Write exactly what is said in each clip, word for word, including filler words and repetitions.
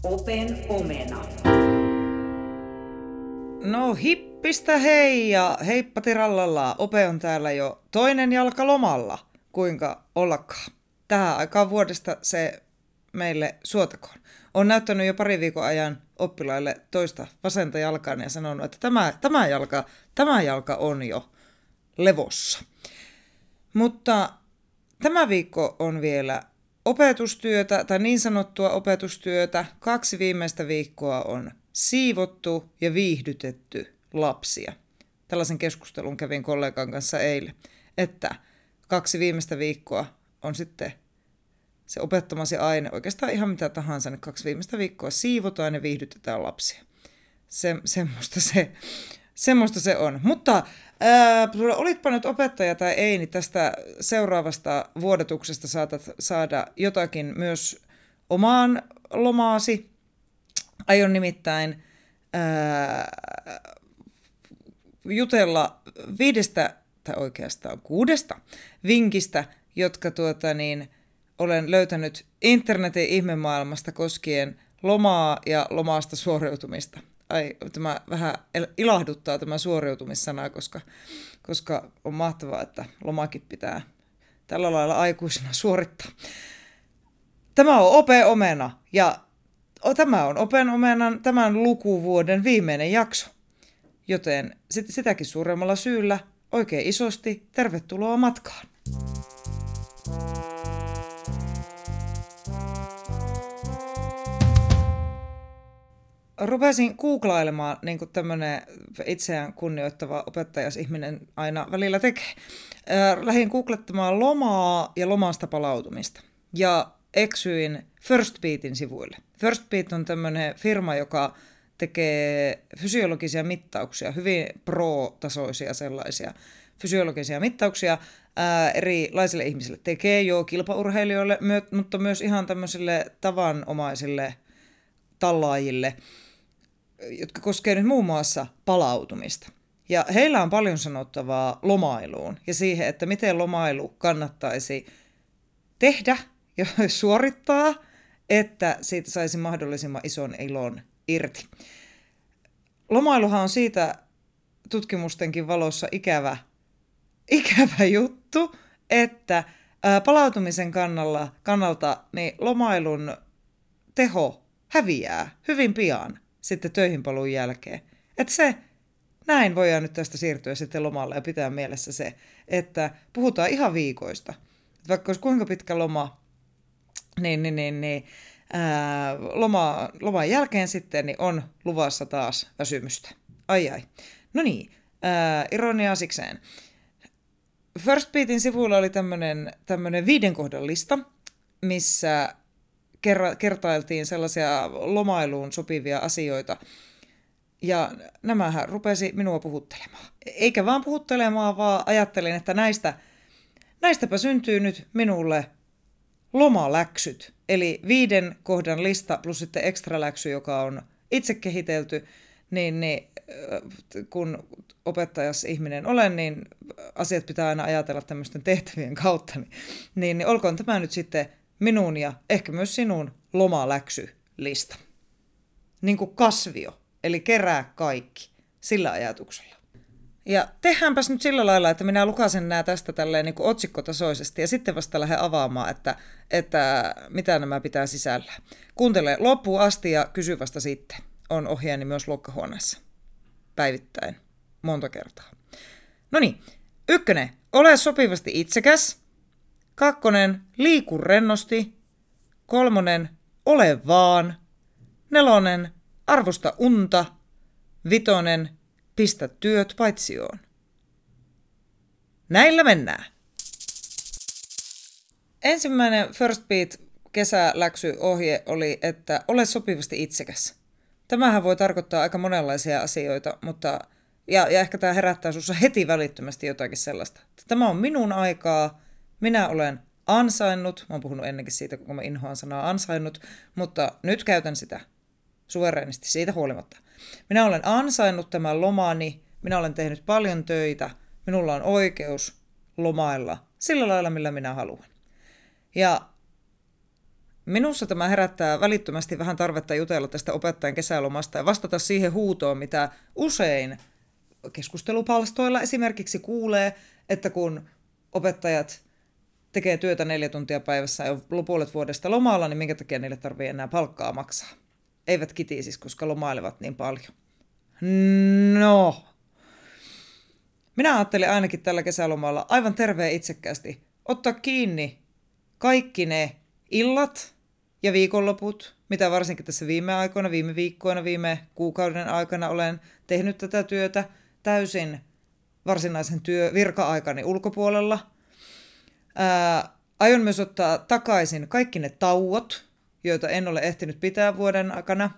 Open omena. No hippistä hei ja heippa tirallalla. Ope on täällä jo toinen jalka lomalla. Kuinka ollakaan. Tähän aikaan vuodesta se meille suotakoon. Olen näyttänyt jo pari viikon ajan oppilaille toista vasenta jalkaa ja sanonut, että tämä, tämä, jalka, tämä jalka on jo levossa. Mutta tämä viikko on vielä opetustyötä tai niin sanottua opetustyötä. Kaksi viimeistä viikkoa on siivottu ja viihdytetty lapsia. Tällaisen keskustelun kävin kollegan kanssa eilen, että kaksi viimeistä viikkoa on sitten se opettamasi aine, oikeastaan ihan mitä tahansa, ne kaksi viimeistä viikkoa siivotaan ja viihdytetään lapsia. Se, semmoista, se, semmoista se on. Mutta ää, olitpa nyt opettaja tai ei, niin tästä seuraavasta vuodatuksesta saatat saada jotakin myös omaan lomaasi. Aion nimittäin ää, jutella viidestä, tai oikeastaan kuudesta vinkistä, jotka tuota niin, olen löytänyt internetin ihmemaailmasta koskien lomaa ja lomaasta suoriutumista. Ai, tämä vähän ilahduttaa tämä suoriutumissana, koska, koska on mahtavaa, että lomakin pitää tällä lailla aikuisena suorittaa. Tämä on Ope Omena ja tämä on Open Omenan tämän lukuvuoden viimeinen jakso, joten sit, sitäkin suuremmalla syyllä oikein isosti tervetuloa matkaan. Rupesin googlailemaan, niin kuin tämmöinen itseään kunnioittava opettajas-ihminen aina välillä tekee. Lähdin googlettamaan lomaa ja lomasta palautumista. Ja eksyin Firstbeatin sivuille. Firstbeat on tämmöinen firma, joka tekee fysiologisia mittauksia, hyvin pro-tasoisia sellaisia fysiologisia mittauksia ää, erilaisille ihmisille. Tekee jo kilpaurheilijoille, mutta myös ihan tämmöisille tavanomaisille tallaajille, jotka koskee nyt muun muassa palautumista. Ja heillä on paljon sanottavaa lomailuun ja siihen, että miten lomailu kannattaisi tehdä ja suorittaa, että siitä saisi mahdollisimman ison ilon irti. Lomailuhan on siitä tutkimustenkin valossa ikävä, ikävä juttu, että palautumisen kannalla, kannalta niin lomailun teho häviää hyvin pian sitten töihinpaluun jälkeen. Että se, näin voidaan nyt tästä siirtyä sitten lomalle ja pitää mielessä se, että puhutaan ihan viikoista. Vaikka olisi kuinka pitkä loma, niin, niin, niin, niin ää, loma, loman jälkeen sitten niin on luvassa taas väsymystä. Ai ai. No niin, ää, ironiaa sikseen. Firstbeatin sivuilla oli tämmöinen, tämmöinen viiden kohdan lista, missä kertailtiin sellaisia lomailuun sopivia asioita. Ja nämähän rupesi minua puhuttelemaan. Eikä vaan puhuttelemaan, vaan ajattelin, että näistä, näistäpä syntyy nyt minulle lomaläksyt. Eli viiden kohdan lista plus sitten ekstra läksy, joka on itse kehitelty. Niin, niin kun opettajas ihminen olen, niin asiat pitää aina ajatella tämmöisten tehtävien kautta. Niin, niin, niin olkoon tämä nyt sitten minun ja ehkä myös sinun lomaläksylista. Niin kuin kasvio, eli kerää kaikki, sillä ajatuksella. Ja tehdäänpäs nyt sillä lailla, että minä lukasen nämä tästä tälleen niin kuin otsikkotasoisesti ja sitten vasta lähden avaamaan, että, että mitä nämä pitää sisällä. Kuuntele loppuun asti ja kysy vasta sitten. On ohjeeni myös luokkahuoneessa. Päivittäin. Monta kertaa. No niin. Ykkönen. Ole sopivasti itsekäs. Kakkonen, liiku rennosti. Kolmonen, ole vaan. Nelonen, arvosta unta. Vitonen, pistä työt paitsioon. Näillä mennään. Ensimmäinen Firstbeat kesäläksyohje oli, että ole sopivasti itsekäs. Tämähän voi tarkoittaa aika monenlaisia asioita, mutta ja, ja ehkä tämä herättää sinussa heti välittömästi jotakin sellaista. Tämä on minun aikaa. Minä olen ansainnut, mä oon puhunut ennenkin siitä, kun mä inhoan sanaa ansainnut, mutta nyt käytän sitä suvereenisti siitä huolimatta. Minä olen ansainnut tämän lomani, minä olen tehnyt paljon töitä, minulla on oikeus lomailla sillä lailla, millä minä haluan. Ja Minussa tämä herättää välittömästi vähän tarvetta jutella tästä opettajan kesälomasta ja vastata siihen huutoon, mitä usein keskustelupalstoilla esimerkiksi kuulee, että kun opettajat tekee työtä neljä tuntia päivässä ja puolet vuodesta lomalla, niin minkä takia niille tarvii enää palkkaa maksaa? Eivät kitisis, koska lomailevat niin paljon. No. Minä ajattelin ainakin tällä kesälomalla aivan terveen itsekkäästi ottaa kiinni kaikki ne illat ja viikonloput, mitä varsinkin tässä viime aikoina, viime viikkoina, viime kuukauden aikana olen tehnyt tätä työtä täysin varsinaisen työ virka-aikani ulkopuolella. Ää, aion myös ottaa takaisin kaikki ne tauot, joita en ole ehtinyt pitää vuoden aikana.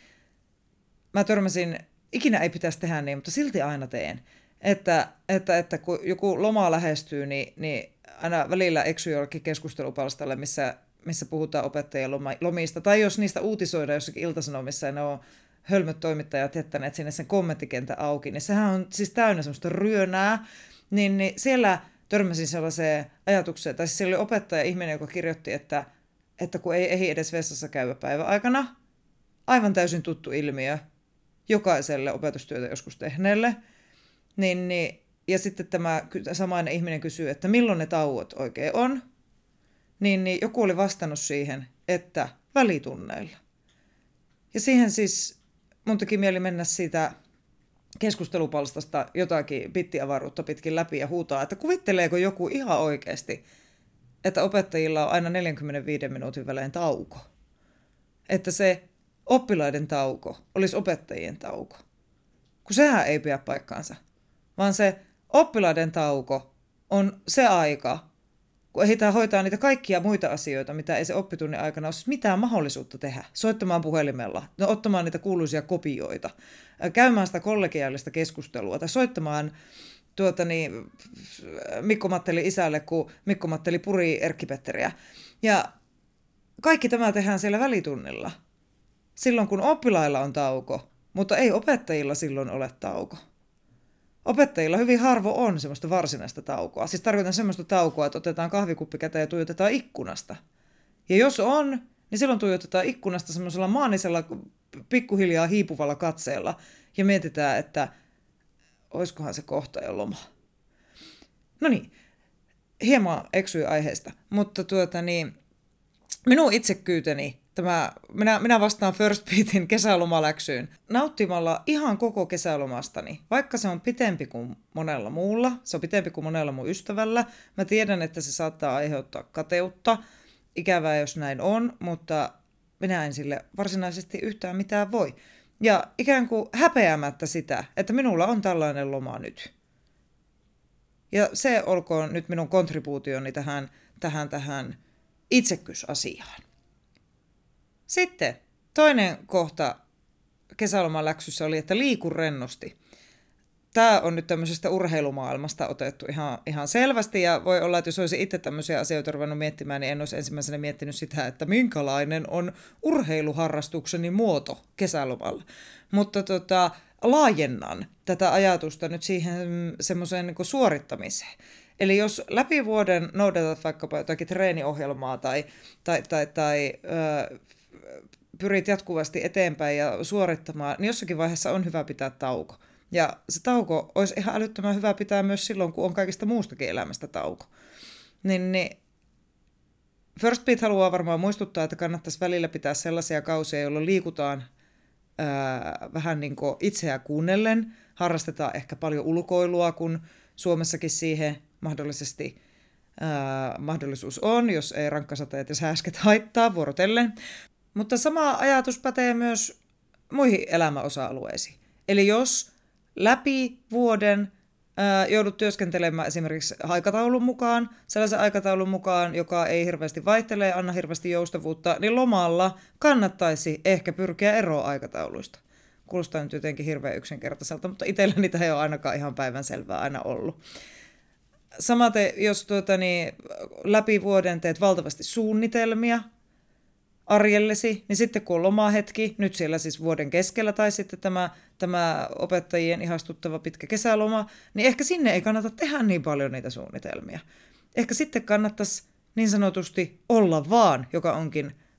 Mä törmäsin, ikinä ei pitäisi tehdä niin, mutta silti aina teen, että, että, että kun joku loma lähestyy, niin, niin aina välillä eksyy jollekin keskustelupalstalle, missä, missä puhutaan opettajien lomista, tai jos niistä uutisoidaan jossakin Ilta-Sanomissa ja ne on hölmöt toimittajat jättäneet sinne sen kommenttikentän auki, niin sehän on siis täynnä semmoista ryönää, niin, niin siellä törmäsin sellaiseen ajatukseen, tai siis siellä oli opettaja ihminen, joka kirjoitti, että, että kun ei ehdi edes vessassa käydä päiväaikana, aivan täysin tuttu ilmiö jokaiselle opetustyötä joskus tehneelle, niin, niin, ja sitten tämä samainen ihminen kysyy, että milloin ne tauot oikein on, niin, niin joku oli vastannut siihen, että välitunneilla. Ja siihen siis mun teki mieli mennä siitä keskustelupalstasta jotakin bittiavaruutta pitkin läpi ja huutaa, että kuvitteleeko joku ihan oikeasti, että opettajilla on aina neljänkymmenenviiden minuutin välein tauko. Että se oppilaiden tauko olisi opettajien tauko. Kun sehän ei pidä paikkaansa, vaan se oppilaiden tauko on se aika, kun ehditään hoitaa niitä kaikkia muita asioita, mitä ei se oppitunnin aikana olisi mitään mahdollisuutta tehdä. Soittamaan puhelimella, no, ottamaan niitä kuuluisia kopioita, käymään sitä kollegiaalista keskustelua tai soittamaan tuota niin, Mikko Mattelin isälle, kun Mikko Matteli puri Erkki-Petteriä. Ja kaikki tämä tehdään siellä välitunnilla. Silloin kun oppilailla on tauko, mutta ei opettajilla silloin ole tauko. Opettajilla hyvin harvo on semmoista varsinaista taukoa. Siis tarkoitan semmoista taukoa, että otetaan kahvikuppi käteen ja tuijotetaan ikkunasta. Ja jos on, niin silloin tuijotetaan ikkunasta semmoisella maanisella pikkuhiljaa hiipuvalla katseella ja mietitään, että olisikohan se kohta jo loma. No niin, hieman eksyi aiheesta, mutta tuota niin, minun itsekyyteni, tämä, minä, minä vastaan First Beatin kesälomaläksyyn nauttimalla ihan koko kesälomastani, vaikka se on pitempi kuin monella muulla, se on pitempi kuin monella mun ystävällä. Mä tiedän, että se saattaa aiheuttaa kateutta, ikävää jos näin on, mutta minä en sille varsinaisesti yhtään mitään voi. Ja ikään kuin häpeämättä sitä, että minulla on tällainen loma nyt. Ja se olkoon nyt minun kontribuutioni tähän, tähän, tähän itsekkyysasiaan. Sitten toinen kohta kesäloman läksyssä oli, että liiku rennosti. Tämä on nyt tämmöisestä urheilumaailmasta otettu ihan, ihan selvästi, ja voi olla, että jos olisi itse tämmöisiä asioita ruvennut miettimään, niin en olisi ensimmäisenä miettinyt sitä, että minkälainen on urheiluharrastukseni muoto kesälomalla. Mutta tota, laajennan tätä ajatusta nyt siihen semmoiseen niin kuin suorittamiseen. Eli jos läpi vuoden noudatat vaikkapa jotakin treeniohjelmaa tai, tai, tai, tai ö, pyrit jatkuvasti eteenpäin ja suorittamaan, niin jossakin vaiheessa on hyvä pitää tauko. Ja se tauko olisi ihan älyttömän hyvä pitää myös silloin, kun on kaikista muustakin elämästä tauko. Niin, niin First Beat haluaa varmaan muistuttaa, että kannattaisi välillä pitää sellaisia kausia, jolloin liikutaan ää, vähän niin kuin itseä kuunnellen. Harrastetaan ehkä paljon ulkoilua, kun Suomessakin siihen mahdollisesti ää, mahdollisuus on, jos ei rankkasateet ja sääsket haittaa vuorotellen. Mutta sama ajatus pätee myös muihin elämäosa-alueisiin. Eli jos läpi vuoden ää, joudut työskentelemään esimerkiksi aikataulun mukaan, sellaisen aikataulun mukaan, joka ei hirveästi vaihtele ja anna hirveästi joustavuutta, niin lomalla kannattaisi ehkä pyrkiä eroon aikatauluista. Kuulostaa nyt jotenkin hirveän yksinkertaiselta, mutta itsellä niitä ei ole ainakaan ihan päivänselvää aina ollut. Samaten, jos tuota, niin, läpi vuoden teet valtavasti suunnitelmia arjellesi, niin sitten kun on lomahetki, nyt siellä siis vuoden keskellä tai sitten tämä, tämä opettajien ihastuttava pitkä kesäloma, niin ehkä sinne ei kannata tehdä niin paljon niitä suunnitelmia. Ehkä sitten kannattaisi niin sanotusti olla vaan, joka onkin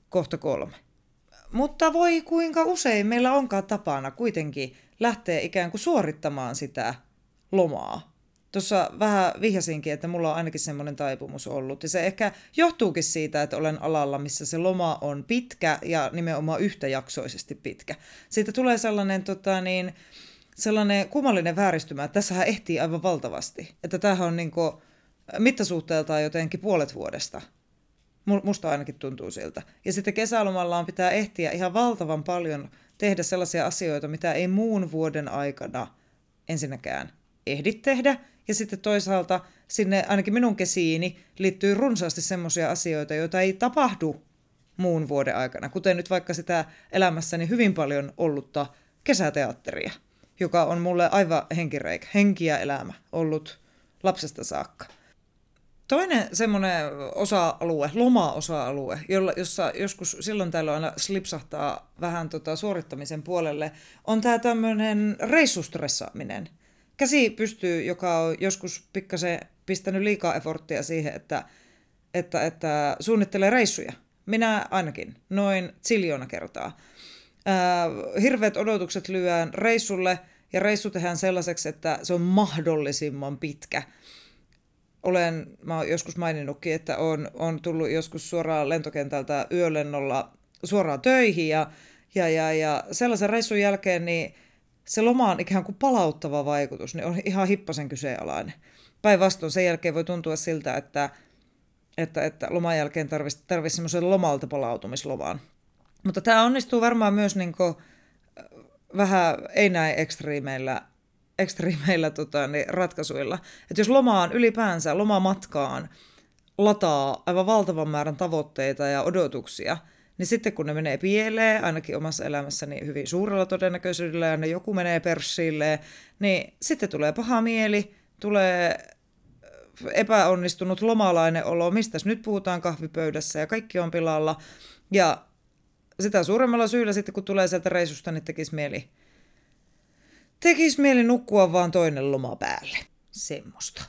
kohta kolme. Mutta voi kuinka usein meillä onkaan tapana kuitenkin lähteä ikään kuin suorittamaan sitä lomaa. Tuossa vähän vihjasinkin, että mulla on ainakin semmoinen taipumus ollut. Ja se ehkä johtuukin siitä, että olen alalla, missä se loma on pitkä ja nimenomaan yhtäjaksoisesti pitkä. Siitä tulee sellainen, tota, niin, sellainen kummallinen vääristymä, että tässähän ehtii aivan valtavasti. Että tämähän on niin kuin mittasuhteeltaan jotenkin puolet vuodesta. Musta ainakin tuntuu siltä. Ja sitten kesälomallaan pitää ehtiä ihan valtavan paljon tehdä sellaisia asioita, mitä ei muun vuoden aikana ensinnäkään ehdi tehdä. Ja sitten toisaalta sinne ainakin minun kesiini liittyy runsaasti semmoisia asioita, joita ei tapahdu muun vuoden aikana. Kuten nyt vaikka sitä elämässäni hyvin paljon ollutta kesäteatteria, joka on mulle aivan henkireikä, henki ja elämä ollut lapsesta saakka. Toinen semmoinen osa-alue, loma-osa-alue, jolla, jossa joskus silloin tällöin aina slipsahtaa vähän tota suorittamisen puolelle, on tämä tämmöinen reissustressaaminen. Käsi pystyy, joka on joskus pikkasen pistänyt liikaa efforttia siihen, että, että, että suunnittelee reissuja. Minä ainakin, noin ziljoona kertaa. Ää, hirveät odotukset lyödään reissulle ja reissu tehdään sellaiseksi, että se on mahdollisimman pitkä. Olen, mä oon joskus maininnutkin, että on, on tullut joskus suoraan lentokentältä yölennolla suoraan töihin ja, ja, ja, ja sellaisen reissun jälkeen niin se loma on ikään kuin palauttava vaikutus, niin on ihan hippasen kyseenalainen. Päinvastoin sen jälkeen voi tuntua siltä, että, että, että loman jälkeen tarvitsisi tarvitsisi semmoisen lomalta palautumislomaan. Mutta tämä onnistuu varmaan myös niin kuin vähän ei näin ekstriimeillä, ekstriimeillä tota, niin ratkaisuilla. Että jos lomaan ylipäänsä, lomamatkaan lataa aivan valtavan määrän tavoitteita ja odotuksia, niin sitten kun ne menee pieleen, ainakin omassa elämässäni hyvin suurella todennäköisyydellä, ja ne joku menee pörssiilleen, niin sitten tulee paha mieli, tulee epäonnistunut lomalainen olo, mistäs nyt puhutaan kahvipöydässä, ja kaikki on pilalla. Ja sitä suuremmalla syyllä sitten, kun tulee sieltä reissusta, niin tekisi mieli, tekisi mieli nukkua vaan toinen loma päälle. Semmosta.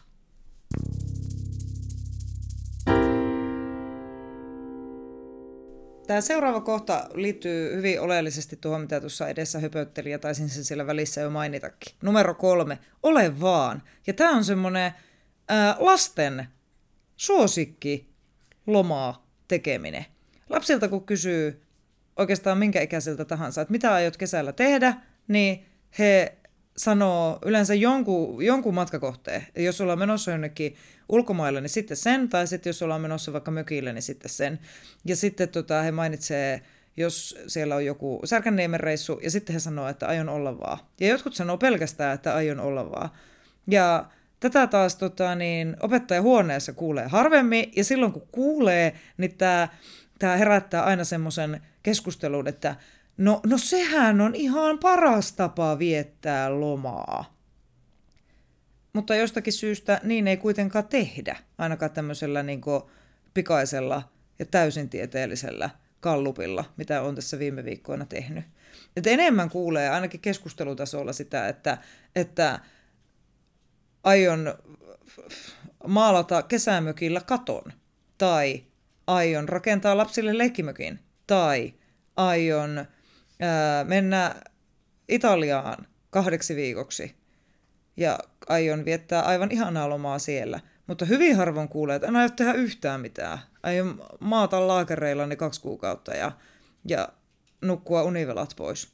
Tämä seuraava kohta liittyy hyvin oleellisesti tuohon, mitä tuossa edessä höpötteli, ja taisin sen siellä välissä jo mainitakin. Numero kolme, ole vaan. Ja tämä on semmoinen ää, lasten suosikki lomaa tekeminen. Lapsilta kun kysyy oikeastaan minkä ikäisiltä tahansa, että mitä aiot kesällä tehdä, niin he sanoo yleensä jonkun, jonkun matkakohteen. Jos ollaan menossa jonnekin ulkomaille, niin sitten sen, tai sitten jos ollaan menossa vaikka mökille, niin sitten sen. Ja sitten tota, he mainitsee, jos siellä on joku Särkänniemen reissu, ja sitten he sanoo, että aion olla vaan. Ja jotkut sanoo pelkästään, että aion olla vaan. Ja tätä taas tota, niin, opettajahuoneessa kuulee harvemmin, ja silloin kun kuulee, niin tämä Tämä herättää aina semmoisen keskustelun, että no, no sehän on ihan paras tapa viettää lomaa. Mutta jostakin syystä niin ei kuitenkaan tehdä, ainakaan tämmöisellä niin kuin pikaisella ja täysin tieteellisellä gallupilla, mitä olen tässä viime viikkoina tehnyt. Et enemmän kuulee ainakin keskustelutasolla sitä, että, että aion maalata kesämökillä katon tai aion rakentaa lapsille leikkimökin, tai aion ää, mennä Italiaan kahdeksi viikoksi, ja aion viettää aivan ihanaa lomaa siellä. Mutta hyvin harvoin kuulee, että en aio tehdä yhtään mitään. Aion maata laakereillani kaksi kuukautta ja, ja nukkua univelat pois.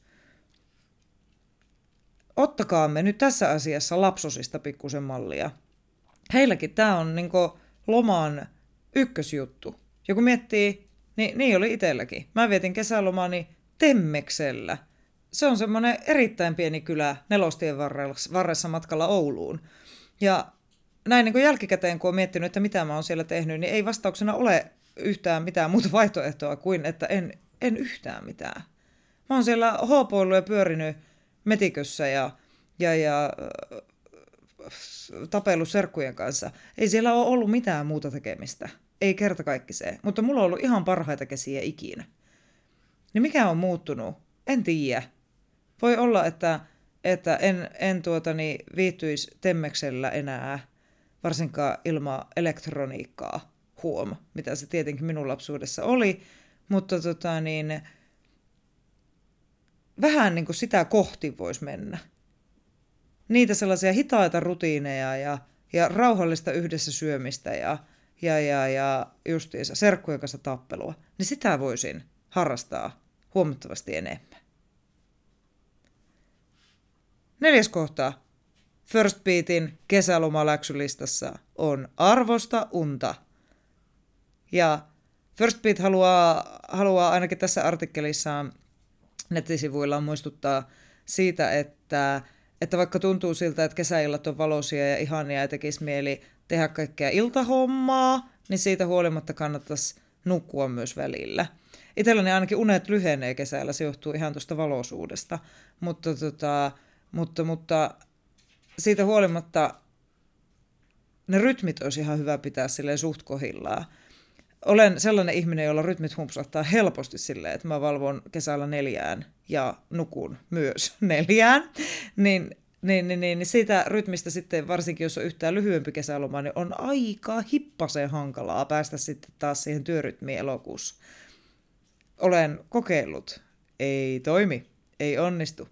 Ottakaamme nyt tässä asiassa lapsosista pikkusen mallia. Heilläkin tämä on niinku loman ykkösjuttu. Ja kun miettii, niin, niin oli itselläkin. Mä vietin kesälomani Temmeksellä. Se on semmoinen erittäin pieni kylä nelostien varressa matkalla Ouluun. Ja näin niin kuin jälkikäteen, kun olen miettinyt, että mitä mä oon siellä tehnyt, niin ei vastauksena ole yhtään mitään muuta vaihtoehtoa kuin, että en, en yhtään mitään. Mä oon siellä hoopoillut ja pyörinyt metikössä ja, ja, ja tapellut serkkujen kanssa. Ei siellä ole ollut mitään muuta tekemistä. Ei kertakaikkiseen, mutta mulla on ollut ihan parhaita kesiä ikinä. Niin mikä on muuttunut? En tiedä. Voi olla, että, että en, en tuotani viihtyisi Temmeksellä enää, varsinkaan ilman elektroniikkaa, huom, mitä se tietenkin minun lapsuudessa oli, mutta tota niin, vähän niin kuin sitä kohti voisi mennä. Niitä sellaisia hitaita rutiineja ja, ja rauhallista yhdessä syömistä ja, ja, ja, ja justiinsa serkkujen kanssa tappelua, niin sitä voisin harrastaa huomattavasti enemmän. Neljäs kohta First Beatin kesälomaläksylistassa on arvosta unta. Ja First Beat haluaa, haluaa ainakin tässä artikkelissaan nettisivuillaan muistuttaa siitä, että, että vaikka tuntuu siltä, että kesäillat on valoisia ja ihania ja tekisi mieli tehdä kaikkea iltahommaa, niin siitä huolimatta kannattaisi nukkua myös välillä. Itselläni ainakin unet lyhenee kesällä, se johtuu ihan tuosta valoisuudesta, mutta, tota, mutta, mutta siitä huolimatta ne rytmit olisi ihan hyvä pitää silleen suht kohillaan. Olen sellainen ihminen, jolla rytmit humpsahtaa helposti silleen, että mä valvon kesällä neljään ja nukun myös neljään, niin, niin, niin, niin siitä rytmistä sitten, varsinkin jos on yhtään lyhyempi kesäloma, niin on aika hippasen hankalaa päästä sitten taas siihen työrytmiin elokuussa. Olen kokeillut. Ei toimi. Ei onnistu.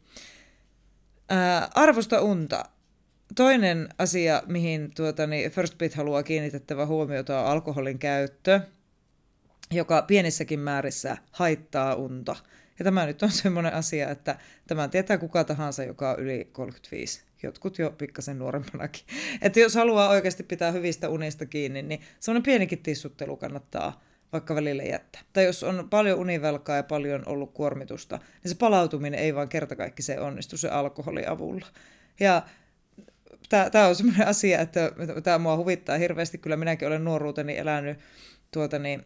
Ää, arvosta unta. Toinen asia, mihin tuotani First Beat haluaa kiinnitettävä huomiota, on alkoholin käyttö, joka pienissäkin määrissä haittaa unta. Ja tämä nyt on semmoinen asia, että tämän tietää kuka tahansa, joka on yli kolmekymmentäviisi. Jotkut jo pikkasen nuorempanakin. Että jos haluaa oikeasti pitää hyvistä unista kiinni, niin semmoinen pienikin tissuttelu kannattaa vaikka välillä jättää. Tai jos on paljon univelkaa ja paljon ollut kuormitusta, niin se palautuminen ei vaan kertakaikkiseen onnistu se alkoholin avulla. Ja tämä on semmoinen asia, että tämä mua huvittaa hirveästi. Kyllä minäkin olen nuoruuteni elänyt tuota niin,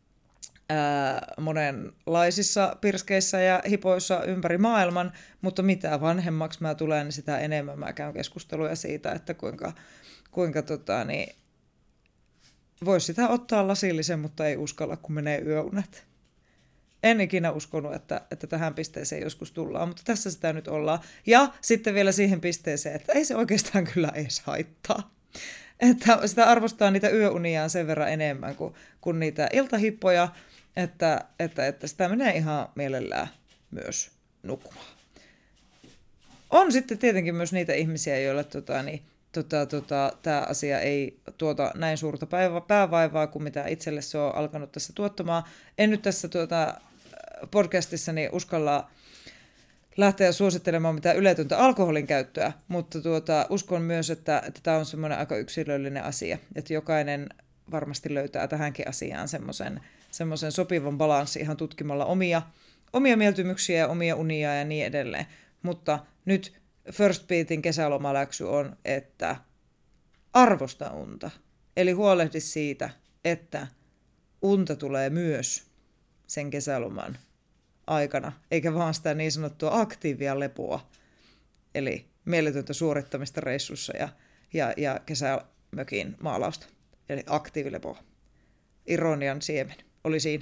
ää, monenlaisissa pirskeissä ja hipoissa ympäri maailman, mutta mitä vanhemmaksi mä tulen, niin sitä enemmän mä käyn keskusteluja siitä, että kuinka, kuinka tota, niin, voisi sitä ottaa lasillisen, mutta ei uskalla, kun menee yöunet. En ikinä uskonut, että, että tähän pisteeseen joskus tullaan, mutta tässä sitä nyt ollaan. Ja sitten vielä siihen pisteeseen, että ei se oikeastaan kyllä edes haittaa. Että sitä arvostaa niitä yöuniaan sen verran enemmän kuin, kuin niitä iltahippoja, että, että, että sitä menee ihan mielellään myös nukkumaan. On sitten tietenkin myös niitä ihmisiä, joille tota, niin, tota, tota, tämä asia ei tuota näin suurta päivä, päävaivaa kuin mitä itselle se on alkanut tässä tuottamaan. En nyt tässä tuota, podcastissani uskalla lähteä suosittelemaan mitään yletöntä alkoholin käyttöä, mutta tuota, uskon myös, että, että tämä on semmoinen aika yksilöllinen asia, että jokainen varmasti löytää tähänkin asiaan semmoisen, semmoisen sopivan balanssin ihan tutkimalla omia, omia mieltymyksiä ja omia unia ja niin edelleen. Mutta nyt First Beatin kesälomaläksy on, että arvosta unta. Eli huolehdi siitä, että unta tulee myös sen kesäloman aikana, eikä vaan sitä niin sanottua aktiivia lepoa, eli mieletöntä suorittamista reissussa ja, ja, ja kesämökin maalausta, eli aktiivilepoa. Ironian siemen oli siinä.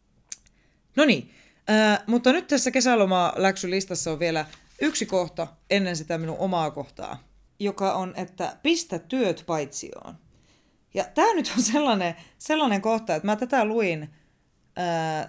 No niin, äh, mutta nyt tässä kesälomaläksylistassa on vielä yksi kohta ennen sitä minun omaa kohtaa, joka on, että pistä työt paitsioon. Ja tämä nyt on sellainen, sellainen kohta, että mä tätä luin, ää,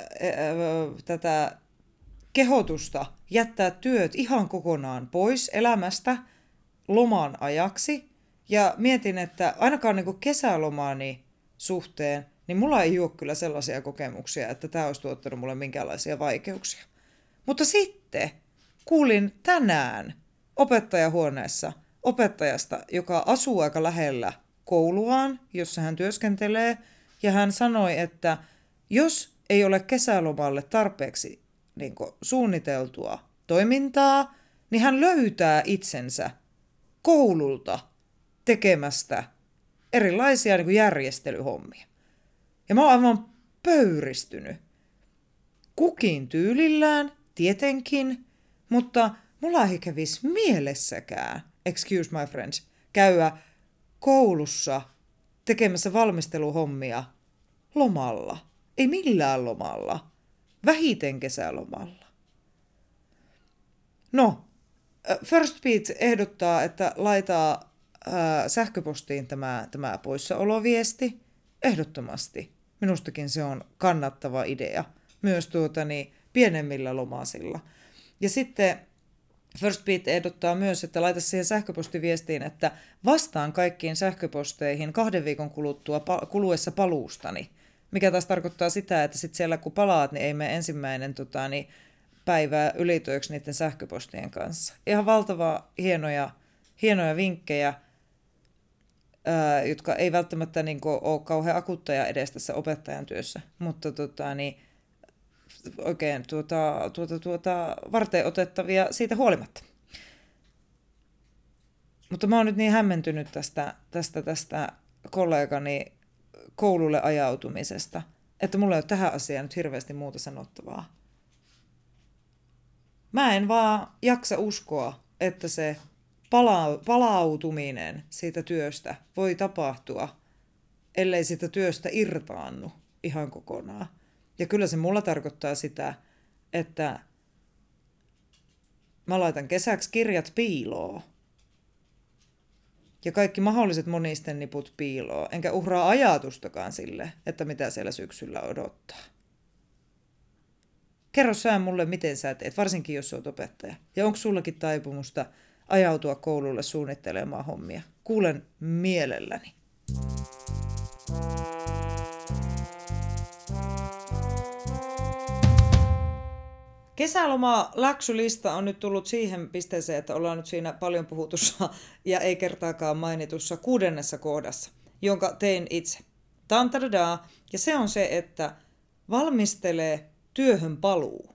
tätä kehotusta jättää työt ihan kokonaan pois elämästä loman ajaksi. Ja mietin, että ainakaan niin kuin kesälomaani suhteen, niin mulla ei ole kyllä sellaisia kokemuksia, että tämä olisi tuottanut mulle minkäänlaisia vaikeuksia. Mutta sitten kuulin tänään opettajahuoneessa opettajasta, joka asuu aika lähellä kouluaan, jossa hän työskentelee, ja hän sanoi, että jos ei ole kesälomalle tarpeeksi niin kuin, suunniteltua toimintaa, niin hän löytää itsensä koululta tekemästä erilaisia niin kuin, järjestelyhommia. Ja mä oon aivan pöyristynyt. Kukin tyylillään, tietenkin, mutta mulla ei kävisi mielessäkään, excuse my friends, käydä koulussa tekemässä valmisteluhommia lomalla. Ei millään lomalla. Vähiten kesälomalla. No, First Beat ehdottaa, että laitaa ää, sähköpostiin tämä, tämä poissaoloviesti. Ehdottomasti. Minustakin se on kannattava idea, myös tuota, niin, pienemmillä lomasilla. Ja sitten First Beat ehdottaa myös, että laita siihen sähköpostiviestiin, että vastaan kaikkiin sähköposteihin kahden viikon kuluttua, kuluessa paluustani. Mikä taas tarkoittaa sitä, että sit siellä kun palaat, niin ei mene ensimmäinen tota, niin, päivää ylityöksi niiden sähköpostien kanssa. Ihan valtava hienoja, hienoja vinkkejä, ää, jotka ei välttämättä niin kuin, ole kauhean akuutteja edes tässä opettajan työssä, mutta tota, niin, oikein tuota, tuota, tuota, varten otettavia siitä huolimatta. Mutta mä oon nyt niin hämmentynyt tästä, tästä, tästä kollegani koululle ajautumisesta, että mulla ei ole tähän asiaan nyt hirveästi muuta sanottavaa. Mä en vaan jaksa uskoa, että se pala- palautuminen siitä työstä voi tapahtua, ellei siitä työstä irtaannu ihan kokonaan. Ja kyllä se mulla tarkoittaa sitä, että mä laitan kesäksi kirjat piiloon. Ja kaikki mahdolliset monisten niput piiloon. Enkä uhraa ajatustakaan sille, että mitä siellä syksyllä odottaa. Kerro sä mulle, miten sä teet, varsinkin jos oot opettaja. Ja onko sullakin taipumusta ajautua koululle suunnittelemaan hommia? Kuulen mielelläni. Kesäloma läksylista on nyt tullut siihen pisteeseen, että ollaan nyt siinä paljon puhutussa ja ei kertaakaan mainitussa kuudennessa kohdassa, jonka tein itse. Tantadadaa. Ja se on se, että valmistele työhön paluu.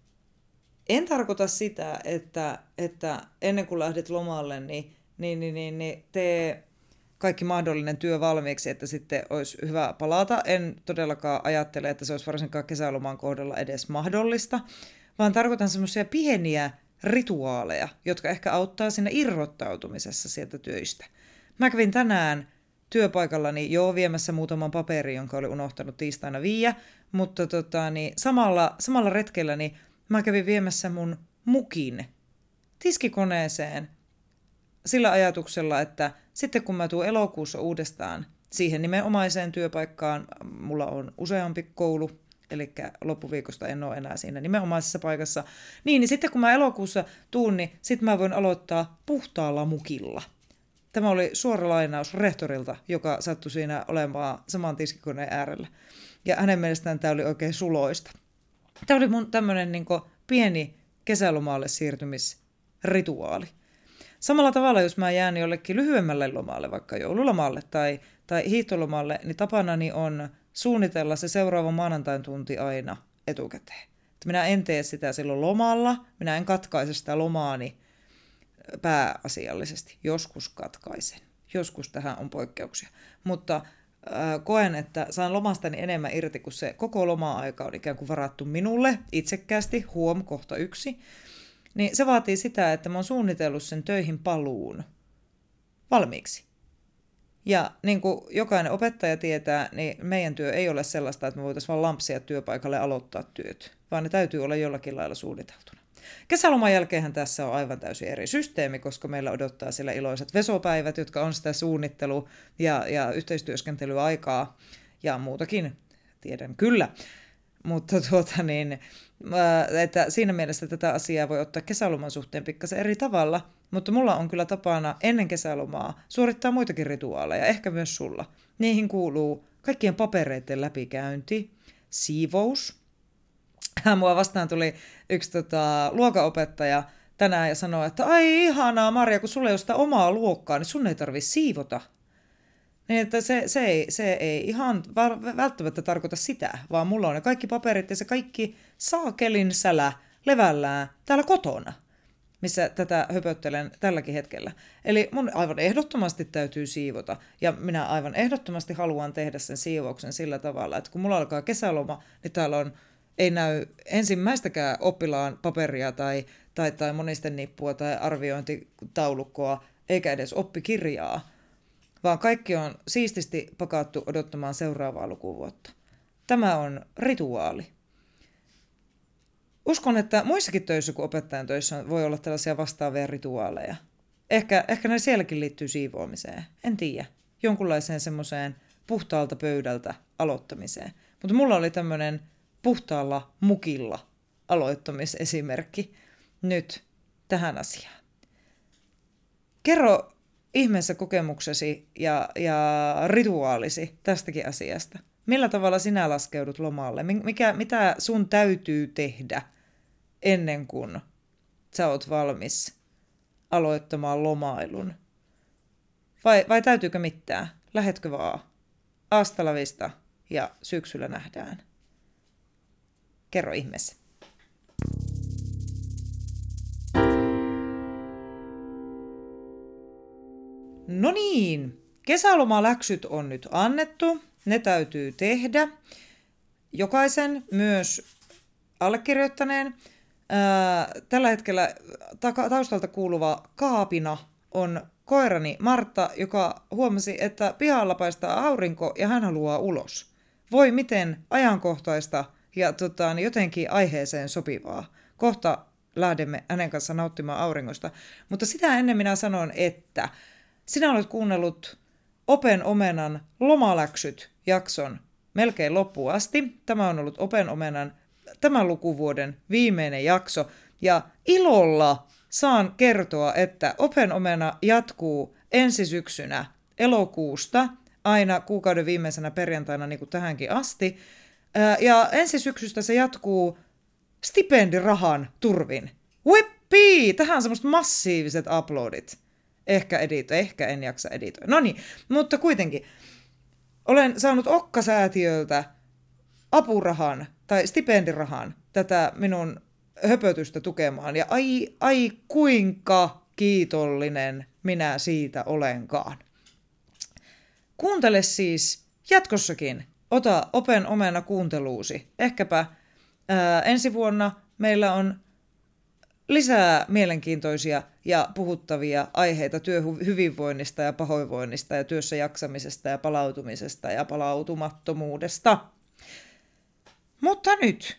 En tarkoita sitä, että, että ennen kuin lähdet lomalle, niin, niin, niin, niin, niin tee kaikki mahdollinen työ valmiiksi, että sitten olisi hyvä palata. En todellakaan ajattele, että se olisi varsinkaan kesäloman kohdalla edes mahdollista, vaan tarkoitan semmoisia pieniä rituaaleja, jotka ehkä auttaa siinä irrottautumisessa sieltä töistä. Mä kävin tänään työpaikallani jo viemässä muutaman paperin, jonka olin unohtanut tiistaina viiä, mutta tota, niin samalla, samalla retkellä niin mä kävin viemässä mun mukin tiskikoneeseen sillä ajatuksella, että sitten kun mä tuun elokuussa uudestaan siihen nimenomaiseen työpaikkaan, mulla on useampi koulu, eli loppuviikosta en ole enää siinä nimenomaisessa paikassa, niin, niin sitten kun mä elokuussa tuun, niin sitten mä voin aloittaa puhtaalla mukilla. Tämä oli suora lainaus rehtorilta, joka sattui siinä olemaan saman tiskikoneen äärellä. Ja hänen mielestään tämä oli oikein suloista. Tämä oli mun tämmöinen niin kuin pieni kesälomaalle siirtymisrituaali. Samalla tavalla, jos mä jään jollekin lyhyemmälle lomalle, vaikka joululomalle tai, tai hiihtolomalle, niin tapanani on suunnitella se seuraava maanantain tunti aina etukäteen. Että minä en tee sitä silloin lomalla, minä en katkaise sitä lomaani pääasiallisesti. Joskus katkaisen. Joskus tähän on poikkeuksia. Mutta äh, koen, että saan lomastani enemmän irti, kun se koko loma-aika on ikään kuin varattu minulle itsekkäästi, huom, kohta yksi. Niin se vaatii sitä, että mä oon suunnitellut sen töihin paluun valmiiksi. Ja niin kuin jokainen opettaja tietää, niin meidän työ ei ole sellaista, että me voitaisiin vaan lampsia työpaikalle aloittaa työt, vaan ne täytyy olla jollakin lailla suunniteltuna. Kesäloman jälkeenhän tässä on aivan täysin eri systeemi, koska meillä odottaa siellä iloiset vesopäivät, jotka on sitä suunnittelu- ja, ja yhteistyöskentelyaikaa ja muutakin, tiedän kyllä. Mutta tuota niin, että siinä mielessä tätä asiaa voi ottaa kesäloman suhteen pikkasen eri tavalla, mutta mulla on kyllä tapana ennen kesälomaa suorittaa muitakin rituaaleja, ehkä myös sulla. Niihin kuuluu kaikkien papereiden läpikäynti, siivous. Mua vastaan tuli yksi tota, luokanopettaja tänään ja sanoi, että ai ihanaa Marja, kun sulla ei ole sitä omaa luokkaa, niin sun ei tarvitse siivota. Niin, että se, se, ei, se ei ihan välttämättä tarkoita sitä, vaan mulla on ne kaikki paperit ja se kaikki saakelin sälä levällään täällä kotona, missä tätä höpöttelen tälläkin hetkellä. Eli mun aivan ehdottomasti täytyy siivota ja minä aivan ehdottomasti haluan tehdä sen siivouksen sillä tavalla, että kun mulla alkaa kesäloma, niin täällä on, ei näy ensimmäistäkään oppilaan paperia tai, tai, tai monisten nippua tai arviointitaulukkoa eikä edes oppikirjaa, vaan kaikki on siististi pakattu odottamaan seuraavaa lukuvuotta. Tämä on rituaali. Uskon, että muissakin töissä kuin opettajan töissä voi olla tällaisia vastaavia rituaaleja. Ehkä, ehkä ne sielläkin liittyy siivoamiseen. En tiedä. Jonkunlaiseen semmoiseen puhtaalta pöydältä aloittamiseen. Mutta mulla oli tämmöinen puhtaalla mukilla aloittamisesimerkki nyt tähän asiaan. Kerro ihmeessä kokemuksesi ja, ja rituaalisi tästäkin asiasta. Millä tavalla sinä laskeudut lomalle? Mikä, mitä sun täytyy tehdä ennen kuin sä oot valmis aloittamaan lomailun? Vai, vai täytyykö mitään? Lähetkö vaan? Hasta la vista ja syksyllä nähdään. Kerro ihmeessä. No niin, kesälomaläksyt on nyt annettu. Ne täytyy tehdä. Jokaisen, myös allekirjoittaneen. Ää, tällä hetkellä ta- taustalta kuuluva kaapina on koirani Martta, joka huomasi, että pihalla paistaa aurinko ja hän haluaa ulos. Voi miten ajankohtaista ja tota, jotenkin aiheeseen sopivaa. Kohta lähdemme hänen kanssa nauttimaan auringosta. Mutta sitä ennen minä sanon, että sinä olet kuunnellut Open Omenan lomaläksyt jakson melkein loppuun asti. Tämä on ollut Open Omenan tämän lukuvuoden viimeinen jakso. Ja ilolla saan kertoa, että Open Omena jatkuu ensi syksynä elokuusta aina kuukauden viimeisenä perjantaina niin kuin tähänkin asti. Ja ensi syksystä se jatkuu stipendirahan turvin. Whippii! Tähän on semmoista massiiviset uploadit. Ehkä edito, ehkä en jaksa editoida. No niin, mutta kuitenkin. Olen saanut Okka-säätiöltä apurahan tai stipendirahan tätä minun höpötystä tukemaan. Ja ai, ai kuinka kiitollinen minä siitä olenkaan. Kuuntele siis jatkossakin. Ota Open Omena kuunteluusi. Ehkäpä ää, ensi vuonna meillä on lisää mielenkiintoisia ja puhuttavia aiheita työhyvinvoinnista ja pahoinvoinnista ja työssä jaksamisesta ja palautumisesta ja palautumattomuudesta. Mutta nyt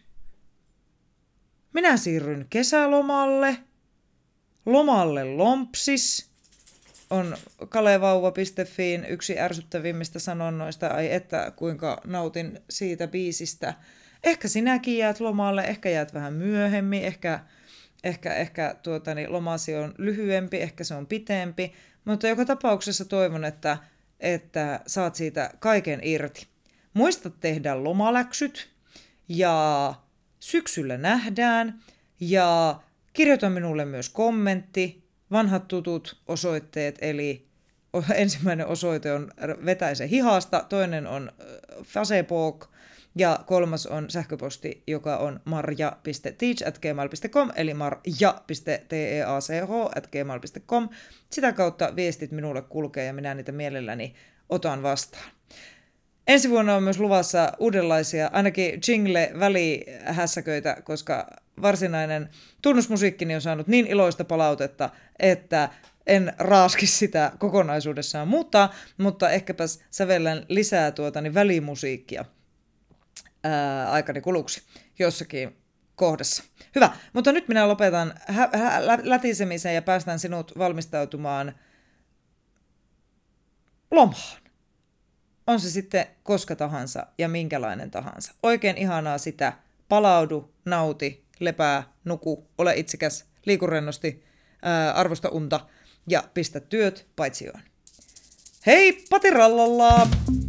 minä siirryn kesälomalle. Lomalle lompsis on kalevauva piste fiin yksi ärsyttävimmistä sanonnoista. Ai että kuinka nautin siitä biisistä. Ehkä sinäkin jäät lomalle, ehkä jäät vähän myöhemmin, ehkä Ehkä, ehkä tuota, niin lomasi on lyhyempi, ehkä se on pitempi, mutta joka tapauksessa toivon, että, että saat siitä kaiken irti. Muista tehdä lomaläksyt ja syksyllä nähdään ja kirjoita minulle myös kommentti, vanhat tutut osoitteet, eli ensimmäinen osoite on Vetäise hihasta, toinen on Facebook, ja kolmas on sähköposti, joka on marja piste teach at gmail piste com, eli marja piste teach at gmail piste com. Sitä kautta viestit minulle kulkee ja minä niitä mielelläni otan vastaan. Ensi vuonna on myös luvassa uudenlaisia, ainakin jingle-välihässäköitä, koska varsinainen tunnusmusiikkini on saanut niin iloista palautetta, että en raaski sitä kokonaisuudessaan muuttaa, mutta ehkäpäs sävellän lisää tuota, niin välimusiikkia ää, aikani kuluksi jossakin kohdassa. Hyvä, mutta nyt minä lopetan hä- hä- lätisemisen ja päästän sinut valmistautumaan lomaan. On se sitten koska tahansa ja minkälainen tahansa. Oikein ihanaa sitä. Palaudu, nauti, lepää, nuku, ole itsekäs, liiku rennosti, ää, arvosta unta ja pistä työt paitsioon. Hei, patirallalla!